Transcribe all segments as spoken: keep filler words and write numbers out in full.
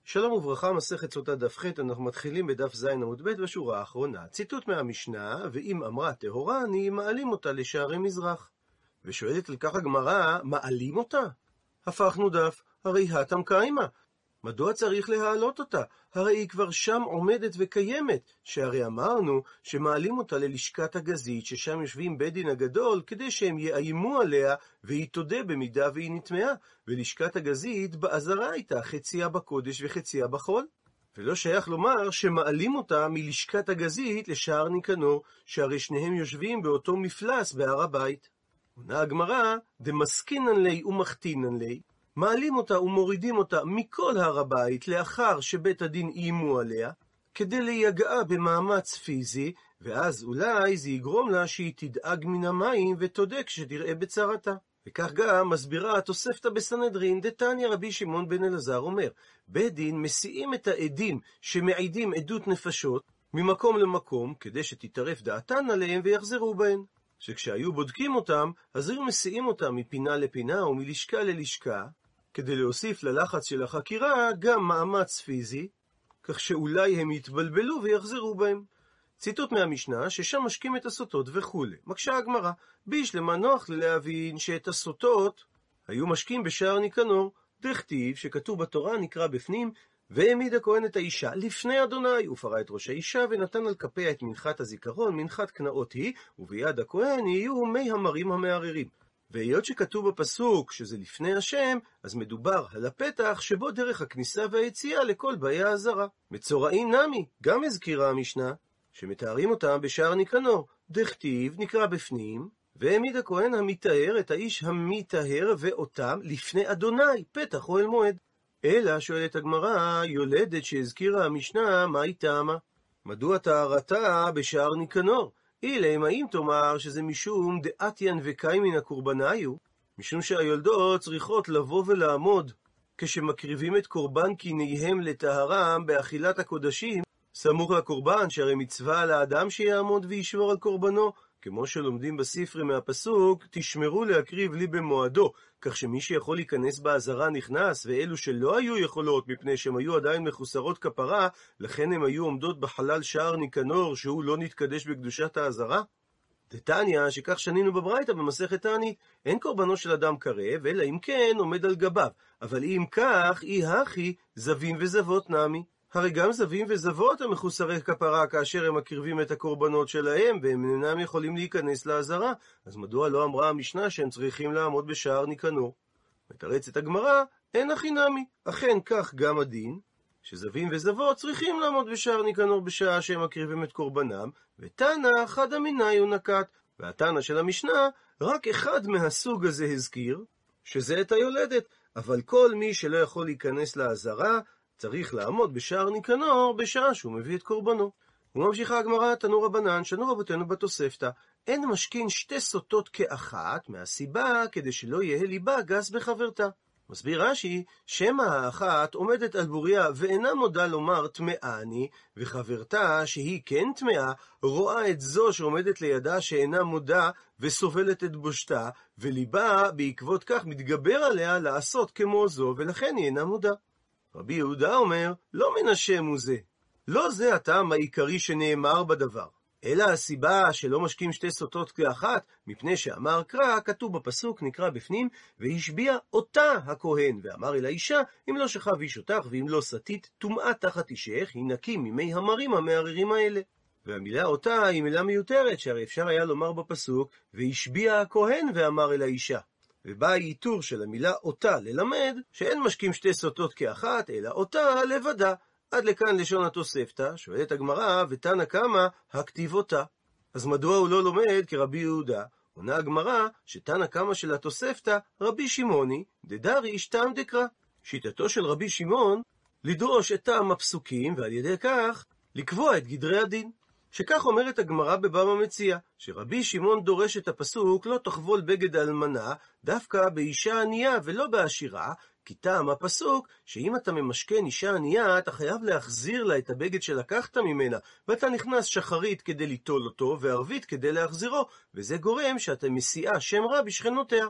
שלום וברכה, מסכת סוטה דף ח', אנחנו מתחילים בדף ז' עמוד ב' בשורה האחרונה. ציטוט מהמשנה, ואם אמרה טהורה אני, מעלים אותה לשערי מזרח. ושואלת על כך הגמרא, מעלים אותה? הפכנו דף, הרי התם קיימה. מדוע צריך להעלות אותה? הרי היא כבר שם עומדת וקיימת, שהרי אמרנו שמעלים אותה ללשכת הגזית, ששם יושבים בית דין הגדול, כדי שהם יאיימו עליה, והיא תודה במידה והיא נטמעה, ולשכת הגזית בעזרה הייתה חציה בקודש וחציה בחול. ולא שייך לומר שמעלים אותה מלשכת הגזית לשער ניקנור, שהרי שניהם יושבים באותו מפלס בהר הבית. עונה הגמרא, דמסקינן לי ומחתינן לי, מעלים אותה ומורידים אותה מכל הר הבית לאחר שבית הדין איימו עליה, כדי להיגעה במאמץ פיזי, ואז אולי זה יגרום לה שהיא תדאג מן המים ותודה כשתראה בצרתה. וכך גם מסבירה התוספתא בסנהדרין, דתניא רבי שמעון בן אלעזר אומר, בית דין מסיעים את העדים שמעידים עדות נפשות ממקום למקום, כדי שתתערף דעתן עליהם ויחזרו בהן. שכשהיו בודקים אותם, אז היו מסיעים אותם מפינה לפינה ומלשכה ללשכה, כדי להוסיף ללחץ של החקירה גם מאמץ פיזי, כך שאולי הם יתבלבלו ויחזרו בהם. ציטוט מהמשנה, ששם משקים את הסוטות וכו'. מקשה הגמרא, בישלמה נוח להבין שאת הסוטות היו משקים בשער ניקנור, דכתיב שכתוב בתורה נקרא בפנים, והעמיד הכהן את האישה לפני אדוני, ופרע את ראש האישה ונתן על כפיה את מנחת הזיכרון, מנחת קנאות היא, וביד הכהן יהיו מי המרים המערערים. והיות שכתוב בפסוק שזה לפני השם, אז מדובר על הפתח שבו דרך הכניסה והיציאה לכל באי העזרה. מצורעים נמי, גם הזכירה המשנה, שמתארים אותם בשער ניקנור, דכתיב נקרא בפנים, והעמיד הכהן המטהר את האיש המטהר ואותם לפני אדוני, פתח אוהל מועד. אלא שואלת הגמרא, יולדת שהזכירה המשנה, מה היא טעמה? מדוע טהרתה בשער ניקנור? אילם, האם תאמר שזה משום דעתיין וקיימין הקורבניו? משום שהיולדות צריכות לבוא ולעמוד כשמקריבים את קורבן קיניהם לטהרם באכילת הקודשים, סמוך לקורבן, שהרי מצווה על האדם שיעמוד וישמור על קורבנו, כמו שלומדים בספרי מהפסוק, תשמרו להקריב לי במועדו, כך שמי שיכול להיכנס בעזרה נכנס, ואלו שלא היו יכולות מפני שהם היו עדיין מחוסרות כפרה, לכן הם היו עומדות בחלל שער ניקנור שהוא לא נתקדש בקדושת העזרה. דתניא, שכך שנינו בברייתא במסכת תענית, אין קורבנו של אדם קרב, אלא אם כן עומד על גביו, אבל אם כך, אי הכי זבים וזבות נמי. הרי גם זבים וזבות הם מחוסרי כפרה כאשר הם מקריבים את הקורבנות שלהם, והם אינם יכולים להיכנס לעזרה. אז מדוע לא אמרה המשנה שהם צריכים לעמוד בשער ניקנור? מתרצת הגמרא, אין הכי נמי. אכן כך גם הדין, שזבים וזבות צריכים לעמוד בשער ניקנור בשעה שהם מקריבים את קורבנם, ותנא חד אמינא הוא נקט. והתנא של המשנה, רק אחד מהסוג הזה הזכיר, שזה את היולדת, אבל כל מי שלא יכול להיכנס לעזרה, צריך לעמוד בשער ניקנור בשעה שהוא מביא את קורבנו. וממשיכה הגמרא, תנו רבנן, שנו רבותינו בתוספתא, אין משכין שתי סוטות כאחת, מהסיבה כדי שלא יהיה ליבה גס בחברתה. מסביר רש"י, שמא האחת עומדת על בוריה ואינה מודה לומר טמאה אני, וחברתה שהיא כן טמאה, רואה את זו שעומדת לידה שאינה מודה וסובלת את בושתה, וליבה בעקבות כך מתגבר עליה לעשות כמו זו, ולכן היא אינה מודה. רבי יהודה אומר, לא מן השם הוא זה. לא זה הטעם העיקרי שנאמר בדבר. אלא הסיבה שלא משקים שתי סוטות כאחת, מפני שאמר קרא, כתוב בפסוק, נקרא בפנים, והשביע אותה הכהן, ואמר אל האישה, אם לא שכב איש אותך, ואם לא סטית, טומאה תחת אישך, היא נקי ממי המרים המערערים האלה. והמילה אותה היא מילה מיותרת, שהרי אפשר היה לומר בפסוק, והשביע הכהן ואמר אל האישה. ובא האיתור של המילה אותה ללמד שאין משקים שתי סוטות כאחת, אלא אותה לבדה. עד לכאן לשון התוספתא. שואלת הגמרא, ותנא קמא הכתיב אותה. אז מדוע הוא לא לומד כרבי יהודה? עונה הגמרא שתנא קמא של התוספתא רבי שמעוני דדרי טעם דקרא. שיטתו של רבי שמעון לדרוש את טעם הפסוקים, ועל ידי כך לקבוע את גדרי הדין. שכך אומרת הגמרא בבבא מציעא, שרבי שמעון דורש את הפסוק לא תחבול בגד אלמנה דווקא באישה ענייה ולא בעשירה, כי טעם הפסוק שאם אתה ממשכן אישה ענייה אתה חייב להחזיר לה את הבגד שלקחת ממנה, ואתה נכנס שחרית כדי ליטול אותו וערבית כדי להחזירו, וזה גורם שאתה מסיעה שם רע בשכנותיה.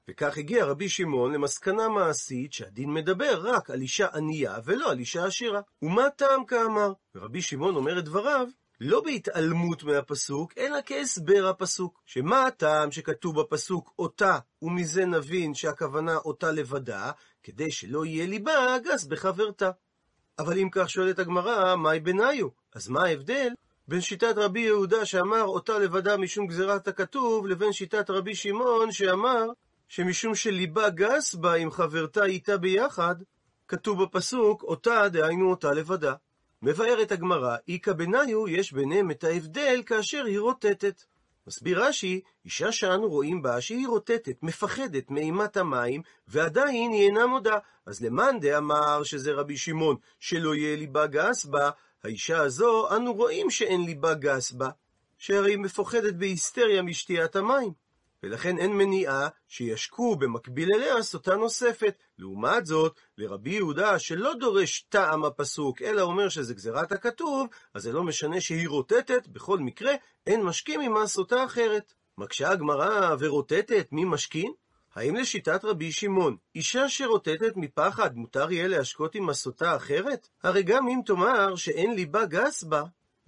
וכך הגיע רבי שמעון למסקנה מעשית שהדין מדבר רק על אישה ענייה ולא על אישה עשירה. ומה טעם כאמר? ורבי שמעון אומר את דבריו לא בהתעלמות מהפסוק, אלא כהסבר הפסוק. שמה הטעם שכתוב בפסוק אותה, ומזה נבין שהכוונה אותה לבדה, כדי שלא יהיה ליבה גס בחברתה. אבל אם כך שואלת הגמרא, מהי ביניו? אז מה ההבדל בין שיטת רבי יהודה שאמר אותה לבדה משום גזירת הכתוב, לבין שיטת רבי שמעון שאמר שמשום שליבה גס בה עם חברתה איתה ביחד, כתוב בפסוק אותה דהיינו אותה לבדה. מבארת הגמרא, איקא ביניו, יש ביניהם את ההבדל כאשר היא רוטטת. מסביר רש"י, אישה שאנו רואים בה שהיא רוטטת, מפחדת מאימת המים, ועדיין היא אינה מודה. אז למאן דאמר שזה רבי שמעון, שלא יהיה ליבה גס בה, האישה הזו אנו רואים שאין ליבה גס בה, שהרי היא מפוחדת בהיסטריה משתיית המים. ולכן אין מניעה שישקו במקביל אליה סוטה נוספת. לעומת זאת, לרבי יהודה שלא דורש טעם הפסוק, אלא אומר שזה גזירת הכתוב, אז זה לא משנה שהיא רוטטת, בכל מקרה אין משקים עמה סוטה אחרת. מקשה הגמרא, ורוטטת מי משכין? האם לשיטת רבי שמעון, אישה שרוטטת מפחד מותר יהיה להשקות עם הסוטה אחרת? הרי גם אם תאמר שאין ליבה גס בה,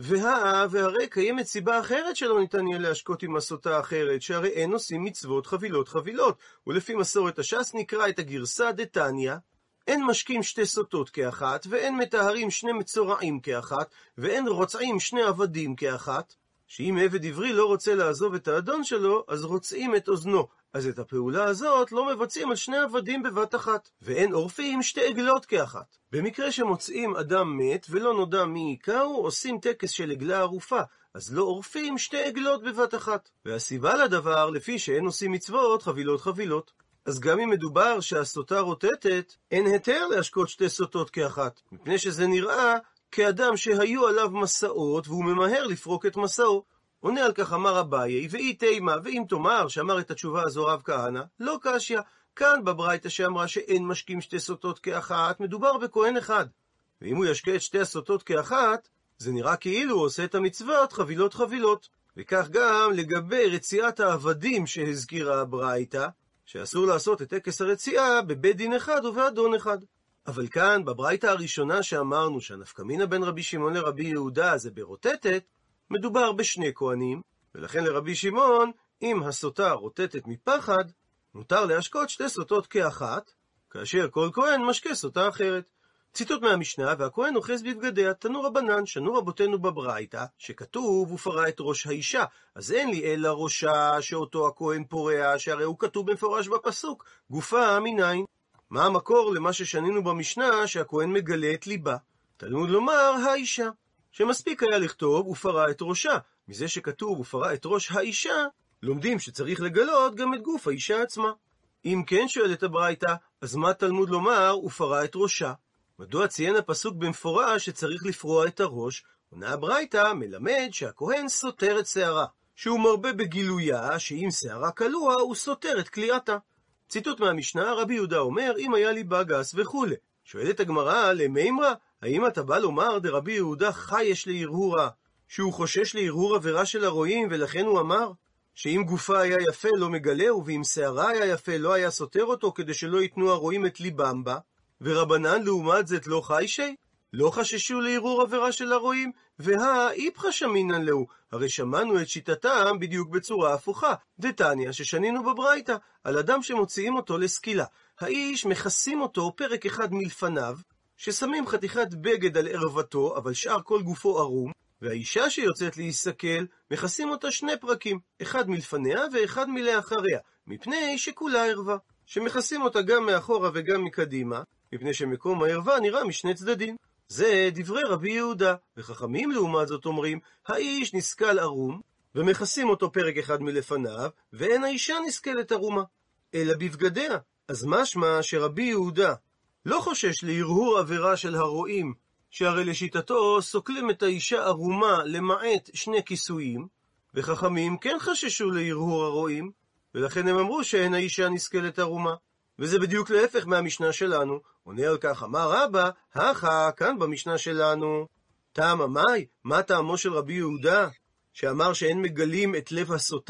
והא והרי קיימת סיבה אחרת שלא ניתן יהיה להשקות עם הסוטה אחרת, שהרי אין עושים מצוות חבילות חבילות, ולפי מסורת הש"ס נקרא את הגרסה דתניא, אין משקים שתי סוטות כאחת, ואין מטהרים שני מצורעים כאחת, ואין רוצעים שני עבדים כאחת, שאם עבד עברי לא רוצה לעזוב את האדון שלו, אז רוצעים את אוזנו, אז את הפעולה הזאת לא מבצעים על שני עבדים בבת אחת, ואין עורפים שתי עגלות כאחת. במקרה שמוצאים אדם מת ולא נודע מי יקהו, עושים טקס של עגלה ערופה, אז לא עורפים שתי עגלות בבת אחת. והסיבה לדבר, לפי שאין עושים מצוות חבילות חבילות. אז גם אם מדובר שהסוטה רוטטת, אין היתר להשקות שתי סוטות כאחת, מפני שזה נראה כאדם שהיו עליו מסעות והוא ממהר לפרוק את מסעו. עונה על כך אמר אביי, ואי תימה, ואם תאמר שאמר את התשובה הזו רב כהנא, לא קשיא. כאן בברייתא שאמרה שאין משקים שתי סוטות כאחת, מדובר בכהן אחד. ואם הוא ישקה את שתי הסוטות כאחת, זה נראה כאילו הוא עושה את המצוות חבילות חבילות. וכך גם לגבי רציעת העבדים שהזכירה הברייתא, שאסור לעשות את טקס הרציעה בבית דין אחד ובאדון אחד. אבל כאן בברייתא הראשונה שאמרנו שהנפקמינה בין רבי שמעון לרבי יהודה זה ברוטטת, מדובר בשני כהנים, ולכן לרבי שמעון, אם הסוטה רוטטת מפחד, מותר להשקות שתי סוטות כאחת, כאשר כל כהן משקה סוטה אחרת. ציטוט מהמשנה, והכהן אוחז בבגדיה, תנו רבנן, שנו רבותינו בברייתא, שכתוב ופרע את ראש האישה, אז אין לי אלא ראשה שאותו הכהן פורע, שהרי הוא כתוב במפורש בפסוק, גופה מניין. מה המקור למה ששנינו במשנה שהכהן מגלה את ליבה? תלמוד לומר האישה, שמספיק היה לכתוב ופרע את ראשה. מזה שכתוב ופרע את ראש האישה, לומדים שצריך לגלות גם את גוף האישה עצמה. אם כן שואלת הברייתא, אז מה תלמוד לומר ופרע את ראשה? מדוע ציין הפסוק במפורש שצריך לפרוע את הראש? עונה הברייתא, מלמד שהכהן סותר את שערה, שהוא מרבה בגילויה, שאם שערה קלוע הוא סותר את קליעתה. ציטוט מהמשנה, רבי יהודה אומר, אם היה ליבה גס וכו'. שואלת הגמרא, למימרא, האם אתה בא לומר דרבי יהודה חייש להרהורה, שהוא חושש להרהור עבירה של הרועים, ולכן הוא אמר שאם גופה היה יפה לא מגלהו, ואם שערה היה יפה לא היה סותר אותו, כדי שלא ייתנו הרועים את ליבם בה, ורבנן לעומת זאת לא חיישי? לא חששו להרהור עבירה של הרועים? והא איפכא שמינן להו, הרי שמענו את שיטתם בדיוק בצורה הפוכה. דתניא ששנינו בברייתא, על אדם שמוציאים אותו לסקילה. האיש מכסים אותו פרק אחד מלפניו, ששמים חתיכת בגד על ערוותו, אבל שאר כל גופו ערום, והאישה שיוצאת להיסקל, מכסים אותה שני פרקים, אחד מלפניה ואחד מלאחריה, מפני שכולה ערווה, שמכסים אותה גם מאחורה וגם מקדימה, מפני שמקום הערווה נראה משני צדדים. זה דברי רבי יהודה, וחכמים לעומת זאת אומרים, האיש נסקל ערום, ומכסים אותו פרק אחד מלפניו, ואין האישה נסקלת ערומה, אלא בבגדיה. אז משמע שרבי יהודה לא חושש להרהור עבירה של הרועים, שהרי לשיטתו סוקלים את האישה ערומה למעט שני כיסויים, וחכמים כן חששו להרהור הרועים, ולכן הם אמרו שאין האישה נסקלת ערומה. וזה בדיוק להפך מהמשנה שלנו. עונה על כך אמר רבא, הכה, כאן במשנה שלנו, טעם המאי, מה טעמו של רבי יהודה, שאמר שאין מגלים את לב הסוטה,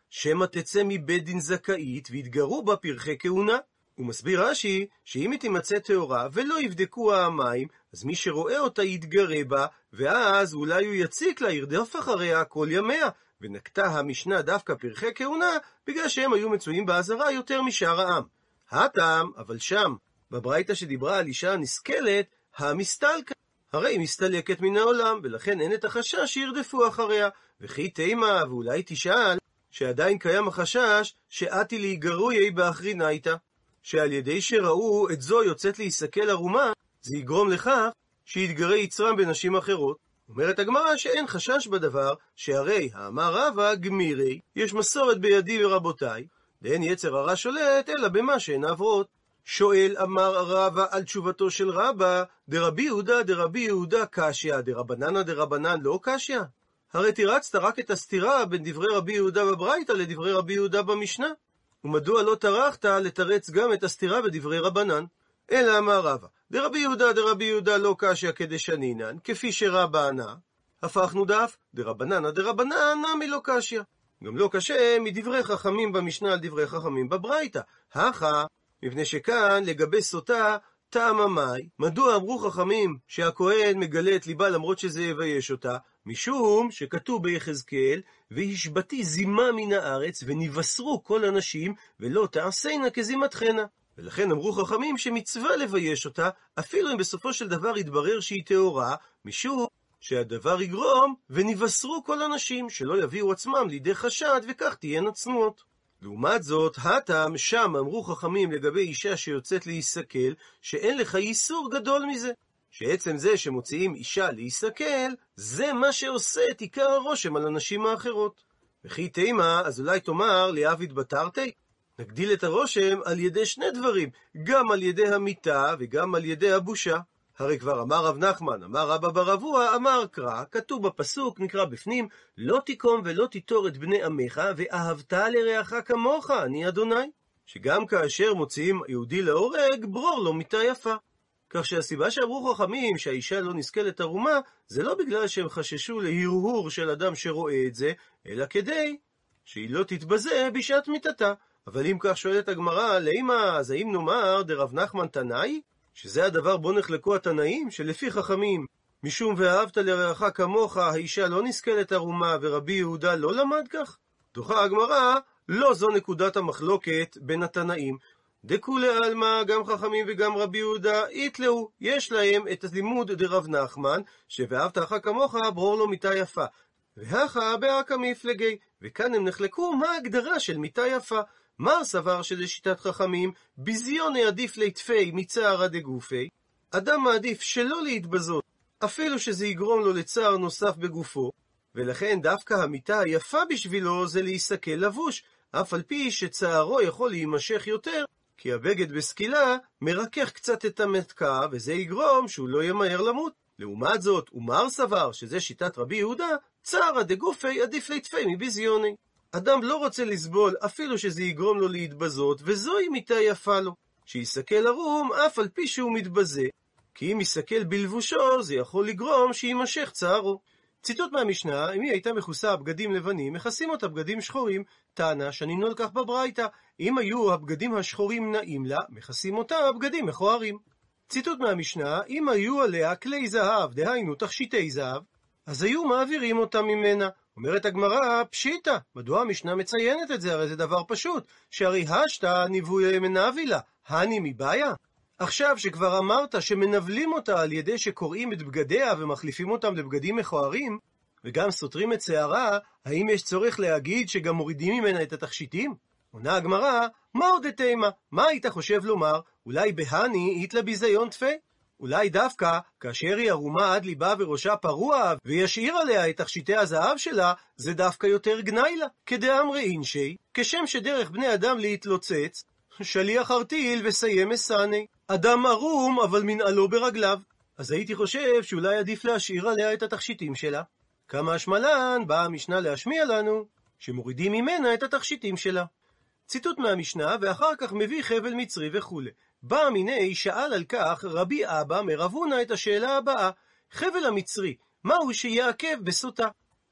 שמא תצא מבית דין זכאית והתגרו בה פרחי כהונה. הוא מסביר רש"י שאם היא תימצא טהורה ולא יבדקו המים, אז מי שרואה אותה יתגרה בה, ואז אולי הוא יציק לה, ירדוף אחריה כל ימיה. ונקטה המשנה דווקא פרחי כהונה, בגלל שהם היו מצויים באזהרה יותר משאר העם. הטעם, אבל שם, בברייתא שדיברה על אישה נסכלת, המסתלקה. הרי היא מסתלקת מן העולם, ולכן אין את החשש שירדפו אחריה. וכי תימה, ואולי תשאל, שעדיין קיים החשש שעתי להיגרוי באחרינה איתה. שעל ידי שראו את זו יוצאת להיסכל ערומה, זה יגרום לכך שיתגרה יצרם בנשים אחרות. אומרת הגמרא שאין חשש בדבר, שהרי האמר רבא גמירי, יש מסורת בידי ורבותיי, ואין יצר הרע שולט אלא במה שהן עברות. שואל אמר רבא על תשובתו של רבא, דרבי יהודה דרבי יהודה קשיא, דרבננה דרבנן לא קשיא? הרי תירצת רק את הסתירה בין דברי רבי יהודה בברייתא לדברי רבי יהודה במשנה. ומדוע לא טרחת לתרץ גם את הסתירה בדברי רבנן? אלא אמר רבא, דרבי יהודה דרבי יהודה לא קשיא כדשנינן, כפי שרבא ענה, הפכנו דף, דרבננה דרבנן נמי לא קשיא. גם לא קשה מדברי חכמים במשנה על דברי חכמים בברייתא. הכה, מפני שכאן לגבי סוטה טעם המאי. מדוע אמרו חכמים שהכהן מגלה את ליבה למרות שזה יבייש אותה? משום שכתוב ביחזקאל, והשבתי זימה מן הארץ ונבשרו כל הנשים ולא תעשינה כזימתכנה. ולכן אמרו חכמים שמצווה לבייש אותה, אפילו אם בסופו של דבר יתברר שהיא טהורה, משום שהדבר יגרום ונבשרו כל הנשים, שלא יביאו עצמם לידי חשד וכך תהיינה צנועות. לעומת זאת, הטעם שם אמרו חכמים לגבי אישה שיוצאת להיסכל, שאין לך איסור גדול מזה. שעצם זה שמוציאים אישה להיסכל, זה מה שעושה את עיקר הרושם על הנשים האחרות. וכי תימה, אז אולי תאמר ליאביד בתרתי? נגדיל את הרושם על ידי שני דברים, גם על ידי המיטה וגם על ידי הבושה. הרי כבר אמר רב נחמן, אמר רבא בר אבוה, אמר קרא, כתוב בפסוק, נקרא בפנים, לא תיקום ולא תיטור את בני עמך, ואהבת לרעך כמוך, אני אדוני. שגם כאשר מוציאים יהודי להורג, ברור לו מיטה יפה. כך שהסיבה שאמרו חכמים שהאישה לא נסכלת ערומה, זה לא בגלל שהם חששו להרהור של אדם שרואה את זה, אלא כדי שהיא לא תתבזה בשעת מיטתה. אבל אם כך שואלת הגמרא, לאמא, אז האם נאמר דרב נחמן תנאי? שזה הדבר בו נחלקו התנאים, שלפי חכמים, משום ואהבת לרעך כמוך, האישה לא נסכלת ערומה, ורבי יהודה לא למד כך? דוחה הגמרא, לא זו נקודת המחלוקת בין התנאים. דכולי עלמא, גם חכמים וגם רבי יהודה יתלאו, יש להם את הלימוד דרב נחמן, שוואהבת לרעך כמוך, ברור לו מיטה יפה. והכה באקא מפלגי, וכאן הם נחלקו מה ההגדרה של מיטה יפה. מר סבר שזה שיטת חכמים, ביזיוני עדיף ליטפי מצערא דגופי, אדם מעדיף שלא להתבזות, אפילו שזה יגרום לו לצער נוסף בגופו, ולכן דווקא המיטה היפה בשבילו זה להיסכל לבוש, אף על פי שצערו יכול להימשך יותר, כי הבגד בסקילה מרכך קצת את המתקה, וזה יגרום שהוא לא ימהר למות. לעומת זאת, ומר סבר שזה שיטת רבי יהודה, צערא דגופי עדיף ליטפי מביזיוני. אדם לא רוצה לסבול אפילו שזה יגרום לו להתבזות, וזוהי מיטה יפה לו, שיסכל ערום אף על פי שהוא מתבזה, כי אם יסכל בלבושו זה יכול לגרום שימשך צערו. ציטוט מהמשנה, אם היא הייתה מכוסה בגדים לבנים, מכסים אותה בגדים שחורים, טענה שנינו על כך בברייתא, אם היו הבגדים השחורים נעים לה, מכסים אותה בגדים מכוערים. ציטוט מהמשנה, אם היו עליה כלי זהב, דהיינו תכשיטי זהב, אז היו מעבירים אותה ממנה. אומרת הגמרא, פשיטא, מדוע המשנה מציינת את זה? הרי זה דבר פשוט, שהרי השתא ניבוי מנבי לה, הני מבעיה. עכשיו שכבר אמרת שמנבלים אותה על ידי שקוראים את בגדיה ומחליפים אותם לבגדים מכוערים, וגם סותרים את שערה, האם יש צורך להגיד שגם מורידים ממנה את התכשיטים? עונה הגמרא, מה עוד תימה? מה היית חושב לומר? אולי בהני היתלה ביזיון תפה? אולי דווקא, כאשר היא ערומה עד ליבה וראשה פרוע, וישאיר עליה את תכשיטי הזהב שלה, זה דווקא יותר גנאי לה. כדאמרי אינשי, כשם שדרך בני אדם להתלוצץ, שליח ארטיל וסיים מסני. אדם ערום, אבל מנעלו ברגליו. אז הייתי חושב שאולי עדיף להשאיר עליה את התכשיטים שלה. כמה השמלן באה המשנה להשמיע לנו, שמורידים ממנה את התכשיטים שלה. ציטוט מהמשנה, ואחר כך מביא חבל מצרי וכו'. בא מיני שאל על כך רבי אבא מרב הונא את השאלה הבאה, חבל המצרי, מהו שיעכב בסוטה?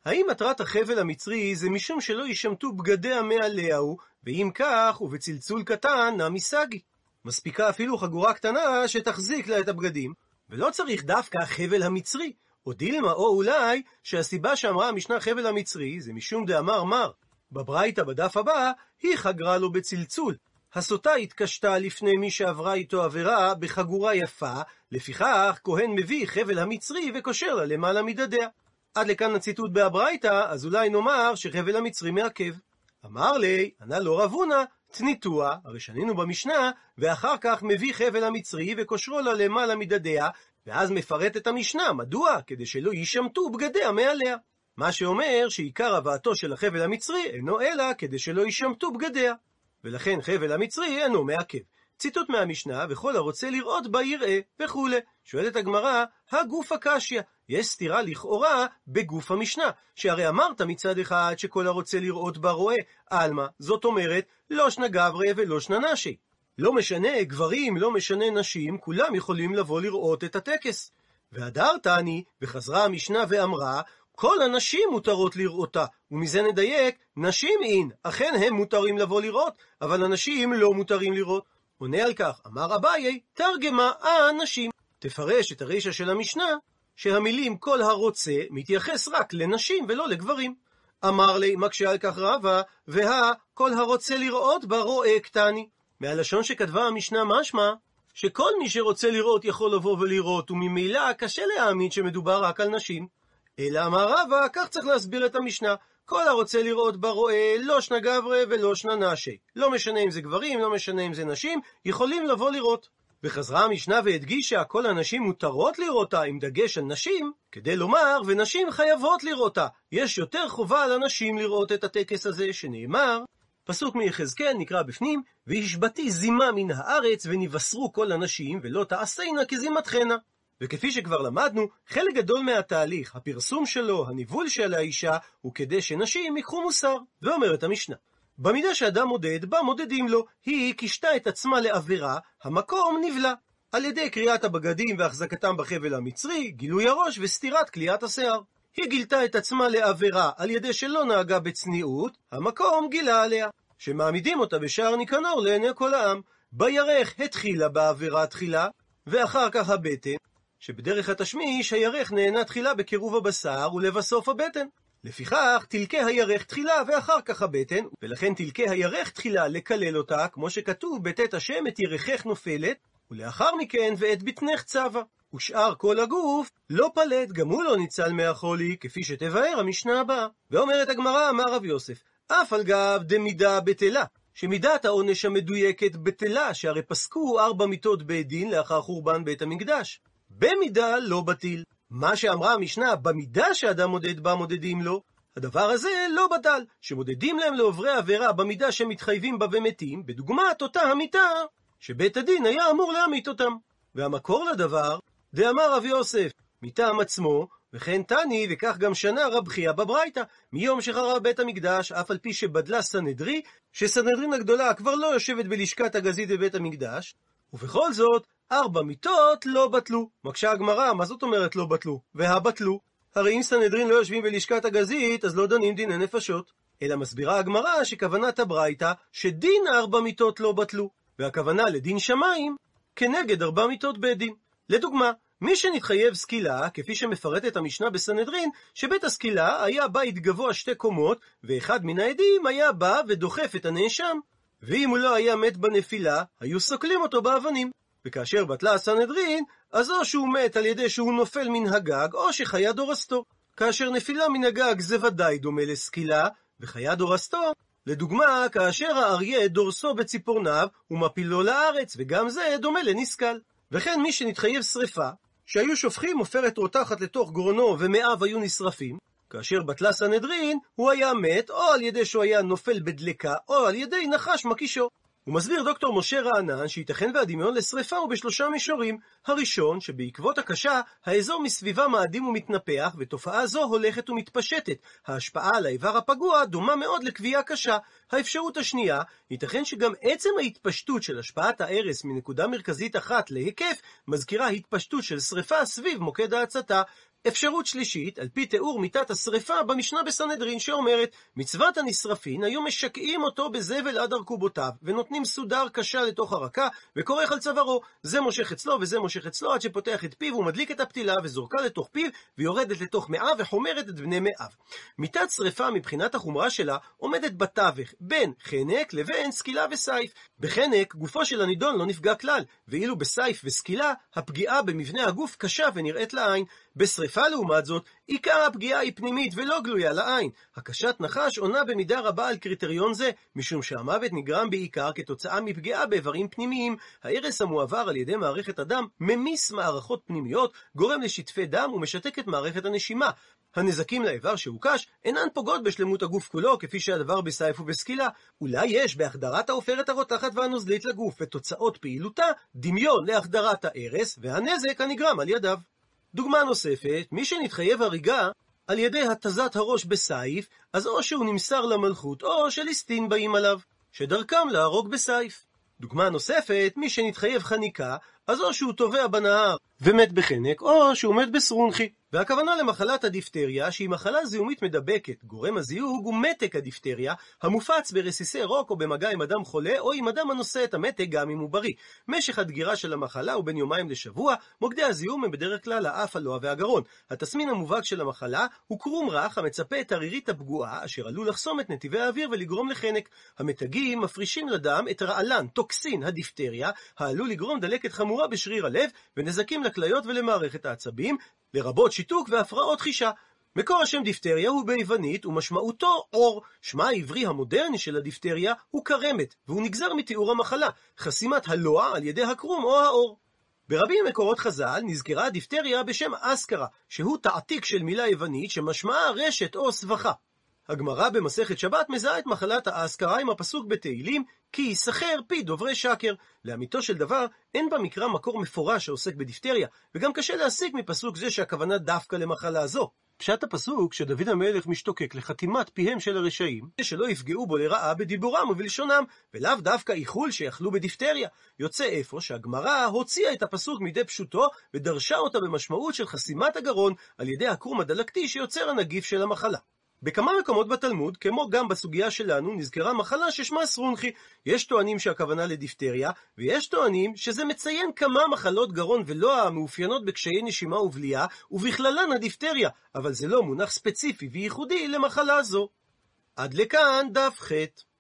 האם מטרת החבל המצרי זה משום שלא ישמטו בגדיה מעליהו, ואם כך, ובצלצול קטן, נמי סגי. מספיקה אפילו חגורה קטנה שתחזיק לה את הבגדים, ולא צריך דווקא החבל המצרי. או דילמה, או אולי, שהסיבה שאמרה המשנה חבל המצרי, זה משום דאמר מר. בברייתא בדף הבא, היא חגרה לו בצלצול. הסוטה התקשתה לפני מי שעברה איתו עבירה בחגורה יפה, לפיכך כהן מביא חבל המצרי וקושר לה למעלה מדדיה. עד לכאן הציטוט בהברייתא, אז אולי נאמר שחבל המצרי מעכב. אמר לי, ענה לו רב הונא, תניתוה, הרי שנינו במשנה, ואחר כך מביא חבל המצרי וקושרו לה למעלה מדדיה, ואז מפרט את המשנה, מדוע? כדי שלא יישמטו בגדיה מעליה. מה שאומר שעיקר הבאתו של החבל המצרי אינו אלא כדי שלא יישמטו בגדיה. ולכן חבל המצרי אינו מעכב. ציטוט מהמשנה, וכל הרוצה לראות בה יראה, וכו'. שואלת הגמרא, הגוף הקשיא, יש סתירה לכאורה בגוף המשנה, שהרי אמרת מצד אחד שכל הרוצה לראות בה רואה, אלמה, זאת אומרת, לא שנה גברי ולא שנה נשי. לא משנה גברים, לא משנה נשים, כולם יכולים לבוא לראות את הטקס. והדר תני, וחזרה המשנה ואמרה, כל הנשים מותרות לראותה, ומזה נדייק, נשים אין, אכן הם מותרים לבוא לראות, אבל הנשים לא מותרים לראות. עונה על כך, אמר אביי, תרגמה הנשים. תפרש את הרישא של המשנה, שהמילים כל הרוצה מתייחס רק לנשים ולא לגברים. אמר לי, מקשה על כך רבה, והא כל הרוצה לראות בה רואה קטני. מהלשון שכתבה המשנה משמע, שכל מי שרוצה לראות יכול לבוא ולראות, וממילא קשה להאמין שמדובר רק על נשים. אלא אמר רבה, כך צריך להסביר את המשנה. כל הרוצה לראות בה רואה, לא שנה גברי ולא שנה נשי. לא משנה אם זה גברים, לא משנה אם זה נשים, יכולים לבוא לראות. וחזרה המשנה והדגישה, כל הנשים מותרות לראותה עם דגש על נשים, כדי לומר, ונשים חייבות לראותה. יש יותר חובה על הנשים לראות את הטקס הזה, שנאמר, פסוק מיחזקאל נקרא בפנים, והשבתי זימה מן הארץ ונבשרו כל הנשים, ולא תעשינה כזימתכנה. וכפי שכבר למדנו, חלק גדול מהתהליך, הפרסום שלו, הניבול של האישה, הוא כדי שנשים יקחו מוסר. ואומרת המשנה, במידה שאדם מודד, בה מודדים לו, היא קישתה את עצמה לעבירה, המקום נבלה. על ידי קריאת הבגדים והחזקתם בחבל המצרי, גילוי הראש וסתירת קליעת השיער. היא גילתה את עצמה לעבירה על ידי שלא נהגה בצניעות, המקום גילה עליה. שמעמידים אותה בשער ניקנור לעיני כל העם. בירך התחילה בעבירה תחילה, ואחר כך הבטן, שבדרך התשמיש הירך נהנה תחילה בקירוב הבשר ולבסוף הבטן. לפיכך תלקה הירך תחילה ואחר כך הבטן, ולכן תלקה הירך תחילה לקלל אותה, כמו שכתוב בתת השם את ירכך נופלת, ולאחר מכן ואת בטנך צווה. ושאר כל הגוף לא פלט, גם הוא לא ניצל מהחולי, כפי שתבאר המשנה הבאה. ואומרת הגמרא, אמר רב יוסף, אף על גב דמידה בטלה, שמידת העונש המדויקת בטלה, שהרי פסקו ארבע מיתות בית דין לאחר חורבן בית המקדש. במידה לא בטיל. מה שאמרה המשנה, במידה שאדם מודד בה מודדים לו, הדבר הזה לא בטל, שמודדים להם לעוברי עבירה במידה שמתחייבים בה ומתים, בדוגמת אותה המיתה, שבית הדין היה אמור להמית אותם. והמקור לדבר, דאמר רב יוסף, מטעם עצמו, וכן תני, וכך גם שנה רב חייא בברייתא, מיום שחרב בית המקדש, אף על פי שבדלה סנהדרי, שסנהדרין הגדולה כבר לא יושבת בלשכת הגזית בבית המקדש, ובכל זאת, ארבע מיתות לא בטלו. מקשה הגמרא, מה זאת אומרת לא בטלו? והבטלו. הרי אם סנהדרין לא יושבים בלשכת הגזית, אז לא דנים דיני נפשות. אלא מסבירה הגמרא שכוונת הברייתא, שדין ארבע מיתות לא בטלו, והכוונה לדין שמיים, כנגד ארבע מיתות בית דין. לדוגמה, מי שנתחייב סקילה, כפי שמפרטת המשנה בסנהדרין, שבית הסקילה היה בית גבוה שתי קומות, ואחד מן העדים היה בא ודוחף את הנאשם. ואם הוא לא היה מת בנפילה, היו סוקלים אותו באבנים. וכאשר בטלה הסנהדרין, אז או שהוא מת על ידי שהוא נופל מן הגג, או שחיה דורסתו. כאשר נפילה מן הגג זה ודאי דומה לסקילה, וחיה דורסתו, לדוגמה, כאשר האריה דורסו בציפורניו, ומפילו לארץ, וגם זה דומה לנסקל. וכן מי שנתחייב שריפה, שהיו שופכים עופרת רותחת לתוך גרונו ומאיו היו נשרפים, כאשר בטלה סנהדרין, הוא היה מת או על ידי שהוא היה נופל בדלקה, או על ידי נחש מקישו. הוא מסביר דוקטור משה רענן שייתכן והדמיון לשריפה הוא בשלושה מישורים. הראשון, שבעקבות הקשה, האזור מסביבה מאדים ומתנפח, ותופעה זו הולכת ומתפשטת. ההשפעה על האיבר הפגוע דומה מאוד לקביעה קשה. האפשרות השנייה, ייתכן שגם עצם ההתפשטות של השפעת הארס מנקודה מרכזית אחת להיקף, מזכירה התפשטות של שריפה סביב מוקד ההצתה. אפשרות שלישית, על פי תיאור מיתת השריפה במשנה בסנהדרין, שאומרת, מצוות הנשרפין היו משקעים אותו בזבל עד ארכובותיו, ונותנים סודר קשה לתוך הרקה, וכורך על צווארו, זה מושך אצלו וזה מושך אצלו, עד שפותח את פיו ומדליק את הפתילה, וזורקה לתוך פיו, ויורדת לתוך מאיו, וחומרת את בני מאיו. מיתת שריפה מבחינת החומרה שלה, עומדת בתווך, בין חנק לבין סקילה וסייף. בחנק, גופו של הנידון לא נפגע כלל, ואילו בסייף וסקילה, הפגיעה במבנה הגוף קשה ונראית לעין. בשריפה לעומת זאת, עיקר הפגיעה היא פנימית ולא גלויה לעין. הקשת נחש עונה במידה רבה על קריטריון זה, משום שהמוות נגרם בעיקר כתוצאה מפגיעה באיברים פנימיים. ההרס המועבר על ידי מערכת הדם ממיס מערכות פנימיות, גורם לשטפי דם ומשתק את מערכת הנשימה. הנזקים לאיבר שהוקש אינן פוגעות בשלמות הגוף כולו, כפי שהדבר בסייף ובסקילה. אולי יש בהחדרת העופרת הרותחת והנוזלית לגוף ותוצאות פעילותה דמיון להחדרת ההרס והנזק הנגרם על ידיו. דוגמה נוספת, מי שנתחייב הריגה על ידי התזת הראש בסייף, אז או שהוא נמסר למלכות או שליסטין באים עליו, שדרכם להרוג בסייף. דוגמה נוספת, מי שנתחייב חניקה, אז או שהוא טובע בנהר ומת בחנק, או שהוא מת בסרונכי. והכוונה למחלת הדיפטריה, שהיא מחלה זיהומית מדבקת. גורם הזיהוג הוא מתק הדיפטריה, המופץ ברסיסי רוק או במגע עם אדם חולה, או עם אדם הנושא את המתק גם אם הוא בריא. משך הדגירה של המחלה הוא בין יומיים לשבוע. מוקדי הזיהום הם בדרך כלל האף, הלוע והגרון. התסמין המובהק של המחלה הוא קרום רך המצפה את הרירית הפגועה, אשר עלול לחסום את נתיבי האוויר ולגרום לחנק. המתגים מפרישים לדם את רעלן, טוקסין הדיפטריה, העלול לגרום דלקת חמורה בשריר הלב ונזקים לכליות ולמערכת העצבים, לרבות שיתוק והפרעות חישה. מקור השם דיפטריה הוא ביוונית ומשמעותו אור. שמה העברי המודרני של הדיפטריה הוא קרמת, והוא נגזר מתיאור המחלה, חסימת הלוע על ידי הקרום או האור. ברבים מקורות חז"ל נזכרה הדיפטריה בשם אסקרה, שהוא תעתיק של מילה יוונית שמשמעה רשת או סבכה. הגמרא במסכת שבת מזהה את מחלת האסקרה עם הפסוק בתהילים, כי יסחר פי דוברי שקר. לאמיתו של דבר, אין במקרא מקור מפורש שעוסק בדיפטריה, וגם קשה להסיק מפסוק זה שהכוונה דווקא למחלה זו. פשט הפסוק שדוד המלך משתוקק לחתימת פיהם של הרשעים, שלא יפגעו בו לרעה בדיבורם ובלשונם, ולאו דווקא איחול שיחלו בדיפטריה. יוצא איפה שהגמרא הוציאה את הפסוק מידי פשוטו, ודרשה אותה במשמעות של חסימת הגרון על ידי הקרום הדלקתי שיוצר הנגיף של המחלה. בכמה מקומות בתלמוד, כמו גם בסוגיה שלנו, נזכרה מחלה ששמה סרונכי. יש טוענים שהכוונה לדיפטריה, ויש טוענים שזה מציין כמה מחלות גרון ולא המאופיינות בקשיי נשימה ובליעה, ובכללן הדיפטריה, אבל זה לא מונח ספציפי וייחודי למחלה זו. עד לכאן דף ח'.